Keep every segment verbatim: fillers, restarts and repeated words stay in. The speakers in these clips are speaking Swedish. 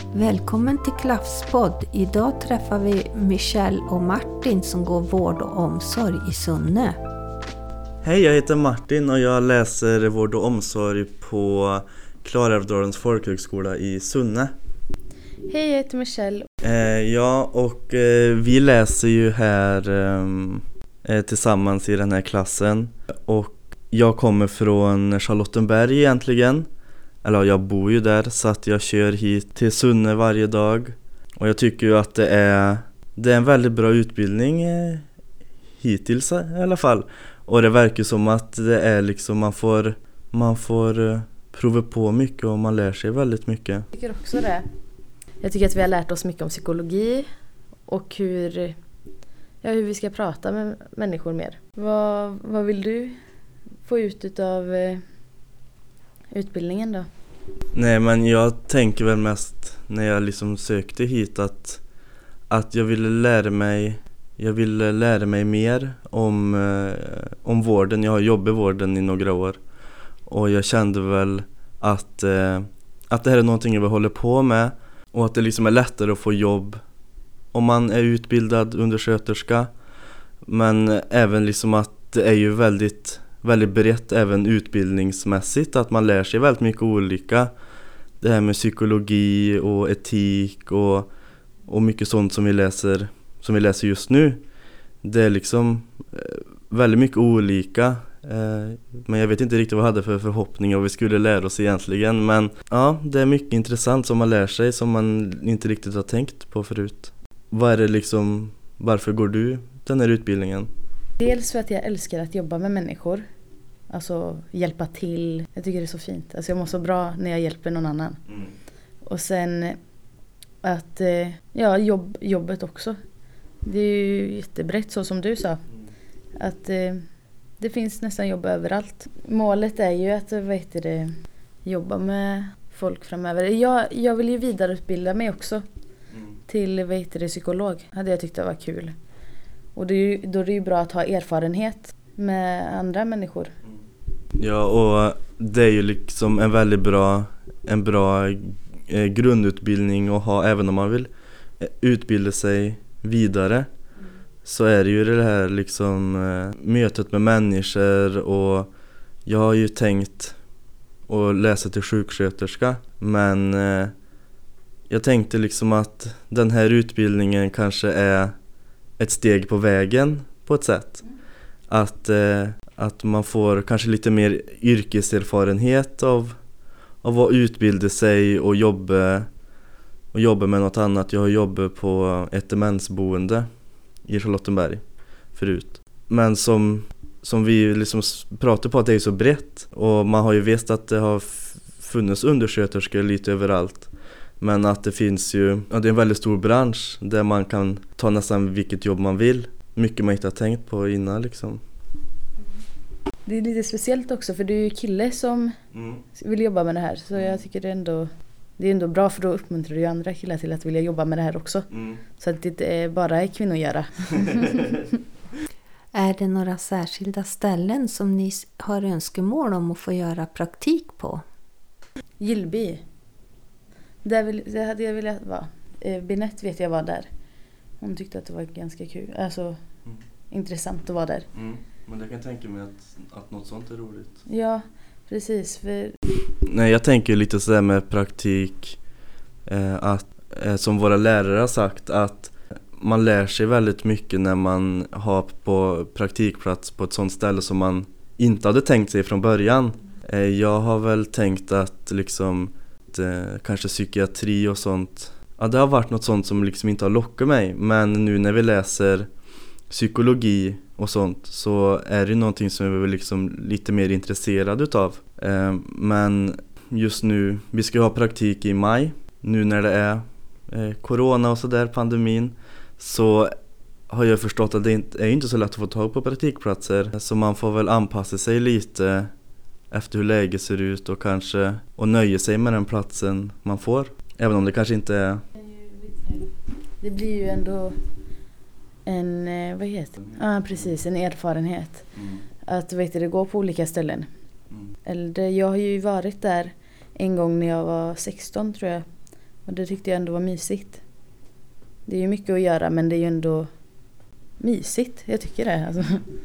Välkommen till Klaffspodd. Idag träffar vi Michelle och Martin som går vård och omsorg i Sunne. Hej, jag heter Martin och jag läser vård och omsorg på Klarälvdalens folkhögskola i Sunne. Hej, jag heter Michelle. Eh, ja, och eh, vi läser ju här eh, tillsammans i den här klassen. Och jag kommer från Charlottenberg egentligen. Eller jag bor ju där, så att jag kör hit till Sunne varje dag. Och jag tycker ju att det är, det är en väldigt bra utbildning eh, hittills i alla fall. Och det verkar som att det är liksom, man får, man får eh, prova på mycket och man lär sig väldigt mycket. Jag tycker också det. Jag tycker att vi har lärt oss mycket om psykologi och hur, ja, hur vi ska prata med människor mer. Vad, vad vill du få ut av eh, utbildningen då? Nej, men jag tänker väl mest när jag liksom sökte hit att, att jag ville lära mig jag ville lära mig mer om, eh, om vården. Jag har jobbat i vården i några år och jag kände väl att, eh, att det här är någonting jag vill hålla på med och att det liksom är lättare att få jobb om man är utbildad undersköterska, men även liksom att det är ju väldigt väldigt brett även utbildningsmässigt, att man lär sig väldigt mycket olika. Det här med psykologi och etik och, och mycket sånt som vi läser som vi läser just nu. Det är liksom väldigt mycket olika. Men jag vet inte riktigt vad jag hade för förhoppningar och vi skulle lära oss egentligen. Men ja, det är mycket intressant som man lär sig som man inte riktigt har tänkt på förut. Vad är det liksom, varför går du den här utbildningen? Dels för att jag älskar att jobba med människor. Alltså hjälpa till. Jag tycker det är så fint. Alltså jag mår så bra när jag hjälper någon annan. Mm. Och sen att, ja, jobb, jobbet också. Det är ju jättebrett så som du sa. Mm. Att det finns nästan jobb överallt. Målet är ju att, vad heter det, jobba med folk framöver. Jag, jag vill ju vidareutbilda mig också. Mm. Till, vad heter det, psykolog. Hade jag tyckt det var kul. Och det är ju, då är det ju bra att ha erfarenhet med andra människor. Ja, och det är ju liksom en väldigt bra, en bra eh, grundutbildning att ha även om man vill utbilda sig vidare. Mm. Så är det ju det här liksom eh, mötet med människor, och jag har ju tänkt att läsa till sjuksköterska, men eh, jag tänkte liksom att den här utbildningen kanske är ett steg på vägen på ett sätt. Att, eh, att man får kanske lite mer yrkeserfarenhet av, av att utbilda sig och jobba, och jobba med något annat. Jag har jobbat på ett demensboende i Charlottenberg förut. Men som, som vi liksom pratar på, att det är så brett. Och man har ju vetat att det har funnits undersköterskor lite överallt. Men att det finns ju, ja, det är en väldigt stor bransch där man kan ta nästan vilket jobb man vill. Mycket man inte har tänkt på innan liksom. Det är lite speciellt också, för du är ju kille som mm. vill jobba med det här. Så jag tycker det är ändå, det är ändå bra, för då uppmuntrar du ju andra killar till att vilja jobba med det här också. Mm. Så att det inte är bara är kvinnogöra. Är det några särskilda ställen som ni har önskemål om att få göra praktik på? Gillby. Där, vill, där hade jag velat vara. Eh, Binett vet jag var där. Hon tyckte att det var ganska kul. Alltså mm. intressant att vara där. Mm. Men jag kan tänka mig att, att något sånt är roligt. Ja, precis. För... Nej, jag tänker lite sådär med praktik. Eh, att, eh, som våra lärare har sagt, att man lär sig väldigt mycket när man har på praktikplats på ett sånt ställe som man inte hade tänkt sig från början. Eh, jag har väl tänkt att liksom kanske psykiatri och sånt. Ja, det har varit något sånt som liksom inte har lockat mig. Men nu när vi läser psykologi och sånt så är det någonting som vi är liksom lite mer intresserade utav. Eh, men just nu, vi ska ha praktik i maj. Nu när det är eh, corona och sådär, pandemin, så har jag förstått att det inte är inte så lätt att få tag på praktikplatser. Så man får väl anpassa sig lite efter hur läget ser ut och kanske och nöja sig med den platsen man får. Även om det kanske inte är... Det blir ju ändå en, vad heter det? Ja, ah, precis, en erfarenhet. Mm. Att vet du, det går på olika ställen. Mm. Eller jag har ju varit där en gång när jag var sexton tror jag. Och det tyckte jag ändå var mysigt. Det är ju mycket att göra, men det är ju ändå mysigt. Jag tycker det. Alltså.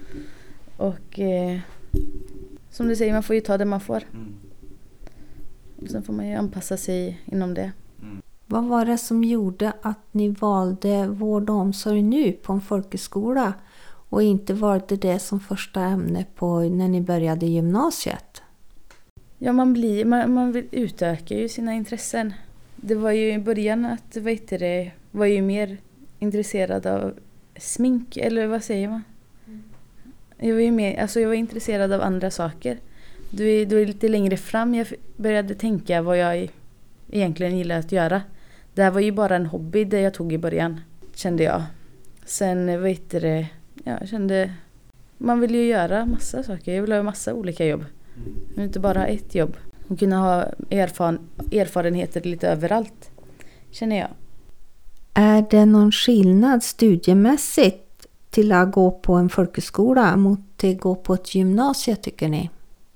Och eh, som du säger, man får ju ta det man får. Mm. Och sen får man ju anpassa sig inom det. Mm. Vad var det som gjorde att ni valde vård och omsorg nu på en folkhögskola och inte valde det som första ämne på när ni började gymnasiet? Ja, man, blir, man, man vill utöka ju sina intressen. Det var ju i början att, vad heter det, var ju mer intresserad av smink, eller vad säger man? Mm. Jag var ju mer, alltså jag var intresserad av andra saker. Du är, du är lite längre fram, jag började tänka vad jag egentligen gillar att göra. Det här var ju bara en hobby det jag tog i början, kände jag. Sen, vad heter det, ja, jag kände, man vill ju göra massa saker. Jag vill ha massa olika jobb. Men inte bara ett jobb. Och kunna ha erfaren, erfarenheter lite överallt, känner jag. Är det någon skillnad studiemässigt till att gå på en folkhögskola mot att gå på ett gymnasium, tycker ni?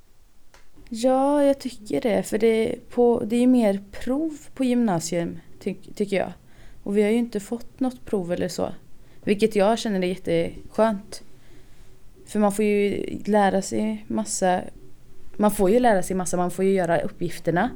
Ja, jag tycker det. För det, på, det är ju mer prov på gymnasium, ty, tycker jag. Och vi har ju inte fått något prov eller så. Vilket jag känner är jätteskönt. För man får ju lära sig massa... Man får ju lära sig massa, man får ju göra uppgifterna.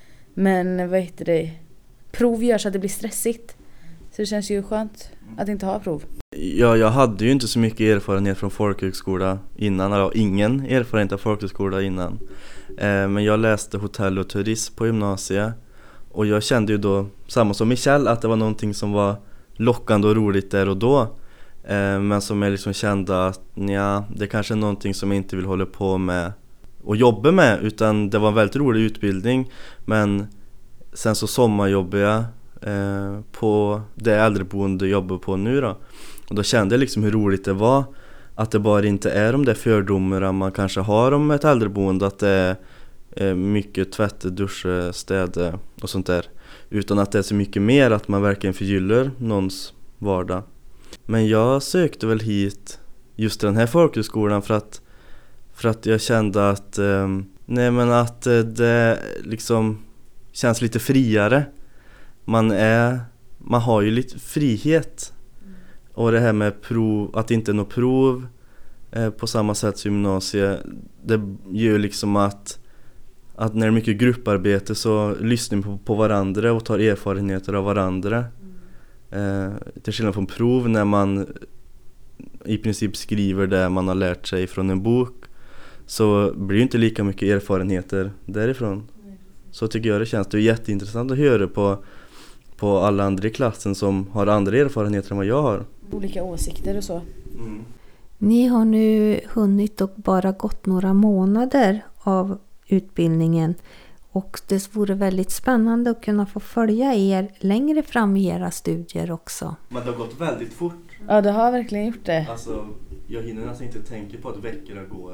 Men vad heter det? Prov gör så att det blir stressigt. Så det känns ju skönt att inte ha prov. Ja, jag hade ju inte så mycket erfarenhet från folkhögskola innan. Eller ingen erfarenhet av folkhögskola innan. Eh, men jag läste hotell och turism på gymnasiet. Och jag kände ju då, samma som Michelle, att det var någonting som var lockande och roligt där och då. Eh, men som jag liksom kände att ja, det kanske är någonting som jag inte vill hålla på med och jobba med, utan det var en väldigt rolig utbildning. Men sen så sommarjobbade jag eh, på det äldreboende jag jobbar på nu då. Och då kände jag liksom hur roligt det var att det bara inte är de där fördomarna man kanske har om ett äldreboende, att det är eh, mycket tvätt, duscha, städa och sånt där, utan att det är så mycket mer, att man verkligen förgyller någons vardag. Men jag sökte väl hit just den här folkhögskolan för att För att jag kände att, eh, nej men att det liksom känns lite friare. Man är, man har ju lite frihet. Mm. Och det här med prov, att det inte är något prov eh, på samma sätt som gymnasiet. Det gör liksom att, att när det är mycket grupparbete så lyssnar man på, på varandra och tar erfarenheter av varandra. Mm. Eh, till skillnad från prov när man i princip skriver det man har lärt sig från en bok. Så blir det inte lika mycket erfarenheter därifrån. Så tycker jag det känns. Det är jätteintressant att höra på, på alla andra i klassen som har andra erfarenheter än vad jag har. Olika åsikter och så. Mm. Ni har nu hunnit och bara gått några månader av utbildningen. Och det vore väldigt spännande att kunna få följa er längre fram i era studier också. Men det har gått väldigt fort. Ja, det har verkligen gjort det. Alltså, jag hinner nästan inte tänka på att veckorna går.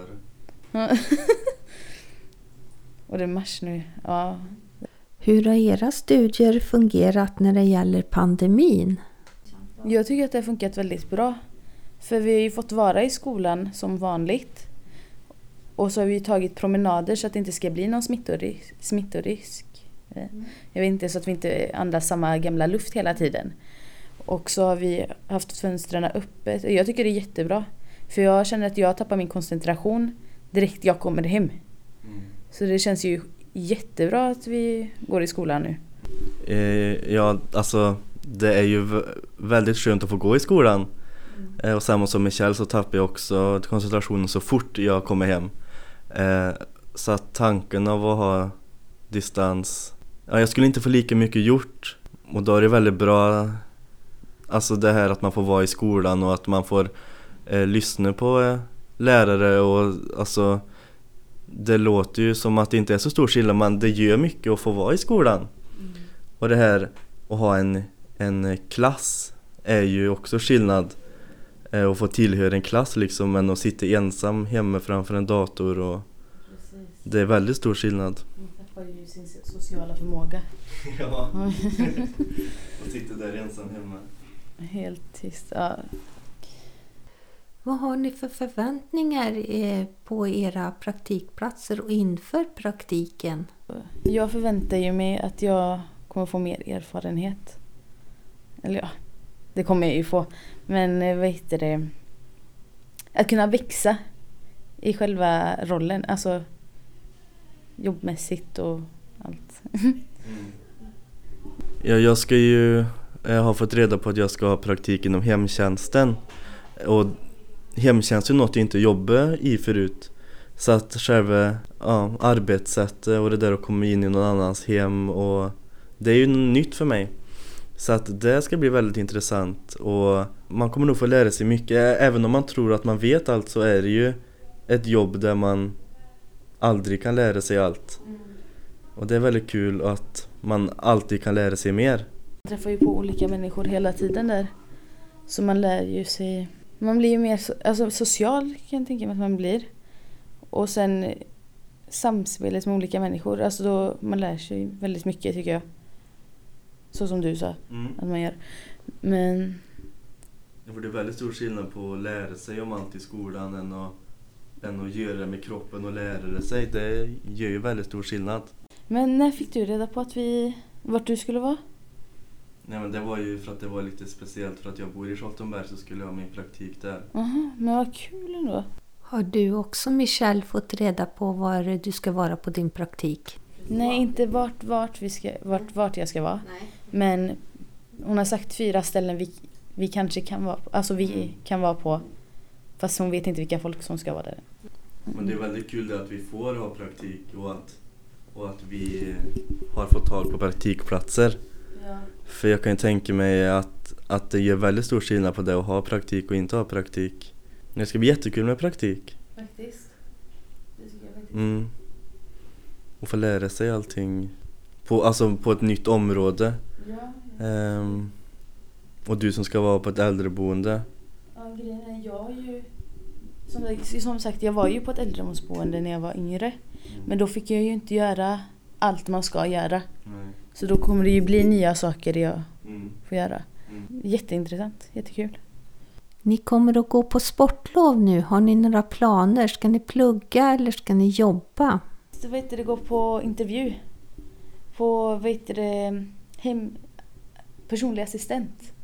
Och det är mars nu, ja. Hur har era studier fungerat när det gäller pandemin? Jag tycker att det har funkat väldigt bra. För vi har ju fått vara i skolan som vanligt. Och så har vi tagit promenader så att det inte ska bli någon smittorisk. smittorisk. Mm. Jag vet inte, så att vi inte andas samma gamla luft hela tiden. Och så har vi haft fönstren öppet. Och jag tycker det är jättebra. För jag känner att jag tappar min koncentration direkt jag kommer hem. Mm. Så det känns ju jättebra att vi går i skolan nu. Eh, ja, alltså det är ju v- väldigt skönt att få gå i skolan. Mm. Eh, och samma som Michelle så tappar jag också koncentrationen så fort jag kommer hem. Eh, så att tanken av att ha distans, ja, jag skulle inte få lika mycket gjort. Och då är det väldigt bra, alltså det här att man får vara i skolan och att man får eh, lyssna på eh, lärare. Och alltså det låter ju som att det inte är så stor skillnad, men det gör mycket att få vara i skolan. Mm. Och det här att ha en, en klass är ju också skillnad. Eh, att få tillhöra en klass liksom, men att sitta ensam hemma framför en dator. Och det är väldigt stor skillnad. Man tappar ju sin sociala förmåga. Ja, och sitta där ensam hemma. Helt tyst, ja. Vad har ni för förväntningar på era praktikplatser och inför praktiken? Jag förväntar ju mig att jag kommer få mer erfarenhet. Eller ja, det kommer jag ju få. Men vad heter det? Att kunna växa i själva rollen. Alltså jobbmässigt och allt. Mm. Ja, jag ska ju jag har fått reda på att jag ska ha praktik inom hemtjänsten. Och hemtjänst är något jag inte jobbar i förut. Så att själva ja, arbetssättet och det där att komma in i någon annans hem, och det är ju nytt för mig. Så att det ska bli väldigt intressant, och man kommer nog få lära sig mycket. Även om man tror att man vet allt, så är det ju ett jobb där man aldrig kan lära sig allt. Mm. Och det är väldigt kul att man alltid kan lära sig mer. Man träffar ju på olika människor hela tiden där. Så man lär ju sig. Man blir ju mer alltså, social, kan jag tänka mig att man blir. Och sen samspelet med olika människor. Alltså då man lär sig väldigt mycket, tycker jag. Så som du sa mm. att man gör. Men ja, för det är väldigt stor skillnad på att lära sig om allt i skolan än att, än att göra det med kroppen och lära det sig. Det gör ju väldigt stor skillnad. Men när fick du reda på att vi vart du skulle vara? Nej, men det var ju för att det var lite speciellt, för att jag bor i Charlottenberg, så skulle jag ha min praktik där. Aha, men vad kul ändå. Har du också, Michelle, fått reda på var du ska vara på din praktik? Nej, inte vart, vart, vi ska, vart, vart jag ska vara. Nej. Men hon har sagt fyra ställen vi, vi kanske kan vara på. Alltså vi kan vara på. Fast hon vet inte vilka folk som ska vara där. Mm. Men det är väldigt kul det att vi får ha praktik och att, och att vi har fått tag på praktikplatser. Ja. För jag kan ju tänka mig att, att det gör väldigt stor skillnad på det att ha praktik och inte ha praktik. Det ska bli jättekul med praktik. Faktiskt. Det tycker jag faktiskt. Mm. Och få lära sig allting på, alltså på ett nytt område. Ja, ja. Ehm, och du som ska vara på ett äldreboende. Ja, grejen är, jag är ju som, som sagt, jag var ju på ett äldreboende när jag var yngre. Mm. Men då fick jag ju inte göra allt man ska göra. Nej. Så då kommer det ju bli nya saker jag mm. får göra. Mm. Jätteintressant, jättekul. Ni kommer att gå på sportlov nu. Har ni några planer? Ska ni plugga eller ska ni jobba? Så vet du, det går på intervju. På vet du, hem, personlig assistent.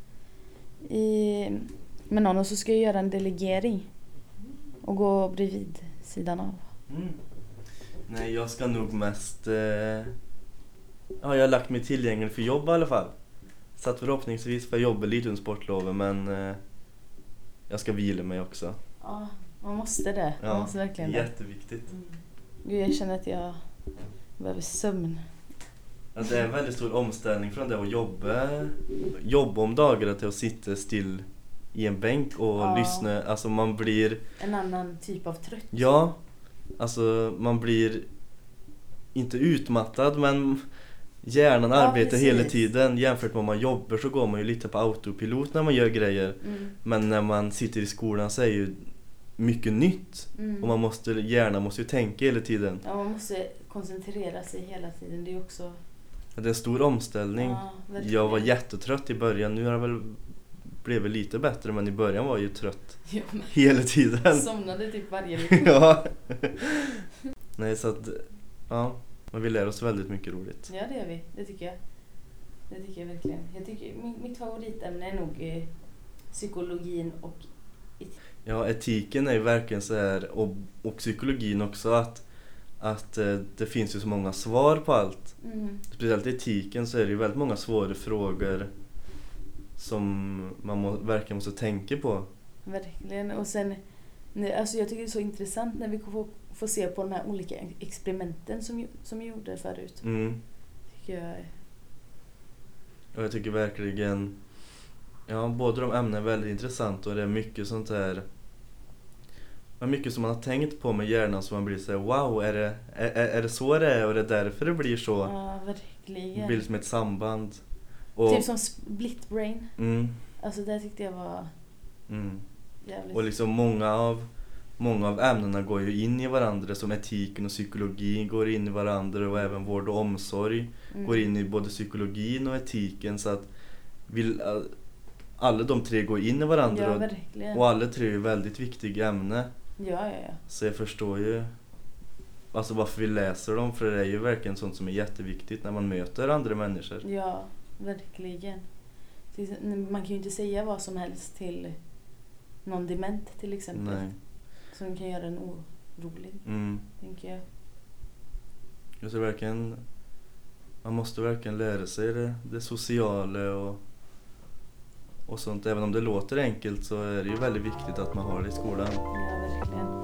I, med någon, och så ska jag göra en delegering. Och gå bredvid sidan av. Mm. Nej, jag ska nog mest... Eh, ja, jag har lagt mig tillgänglig för jobb i alla fall. Så att förhoppningsvis får jag jobba lite under sportloven, men eh, jag ska vila mig också. Ja, man måste det. Man ja, måste verkligen jätteviktigt. Mm. Gud, jag känner att jag behöver sömn. Alltså, det är en väldigt stor omställning från det att jobba, jobba om dagarna till att sitta still i en bänk och ja. lyssna. Alltså man blir... En annan typ av trött. Ja, alltså man blir inte utmattad, men hjärnan ja, arbetar precis. hela tiden. Jämfört med om man jobbar så går man ju lite på autopilot när man gör grejer. Mm. Men när man sitter i skolan så är ju mycket nytt. Mm. Och man måste, hjärnan måste ju tänka hela tiden. Ja, man måste koncentrera sig hela tiden. Det är också... Det är en stor omställning. Ja, jag var jättetrött i början. Nu har jag väl blivit lite bättre, men i början var jag ju trött jo, hela tiden. Jag somnade typ varje lektion. Ja. Nej, så att ja, men vi lär oss väldigt mycket roligt. Ja, det gör vi. Det tycker jag. Det tycker jag verkligen. Jag tycker mitt favoritämne är nog eh, psykologin och etik. Ja, etiken är ju verkligen så här, och, och psykologin också, att att eh, det finns ju så många svar på allt. Mm. Speciellt i etiken så är det ju väldigt många svåra frågor som man må, verkligen måste tänka på. Verkligen. Och sen, alltså jag tycker det är så intressant när vi får, får se på de här olika experimenten som, som gjorde förut. Mm. Tycker jag. Och jag tycker verkligen, ja, båda de ämnena är väldigt intressant, och det är mycket sånt här. Men mycket som man har tänkt på med hjärnan, som man blir så här, wow, är det, är, är det så det är, och det är därför det blir så? Ja, verkligen. Det blir som ett samband. Och, typ som split brain. Mm. Alltså det tyckte jag var mm. jävligt. Och liksom många av, många av ämnena går ju in i varandra, som etiken och psykologi går in i varandra, och även vård och omsorg mm. går in i både psykologin och etiken, så att vill, alla de tre går in i varandra. Ja, verkligen. Och alla tre är väldigt viktiga ämnen. Ja, ja, ja. Så jag förstår ju alltså varför vi läser dem, för det är ju verkligen sånt som är jätteviktigt när man möter andra människor. Ja, verkligen. Man kan ju inte säga vad som helst till någon dement till exempel. Nej. Som kan göra en orolig, Mm. tänker jag. Jag tror verkligen, man måste verkligen lära sig det, det sociala och, och sånt. Även om det låter enkelt så är det ju väldigt viktigt att man har det i skolan. Ja, verkligen.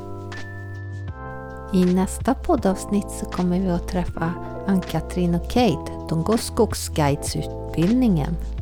I nästa poddavsnitt så kommer vi att träffa Ann-Katrin och Kate. De går skogsguidesutbildningen.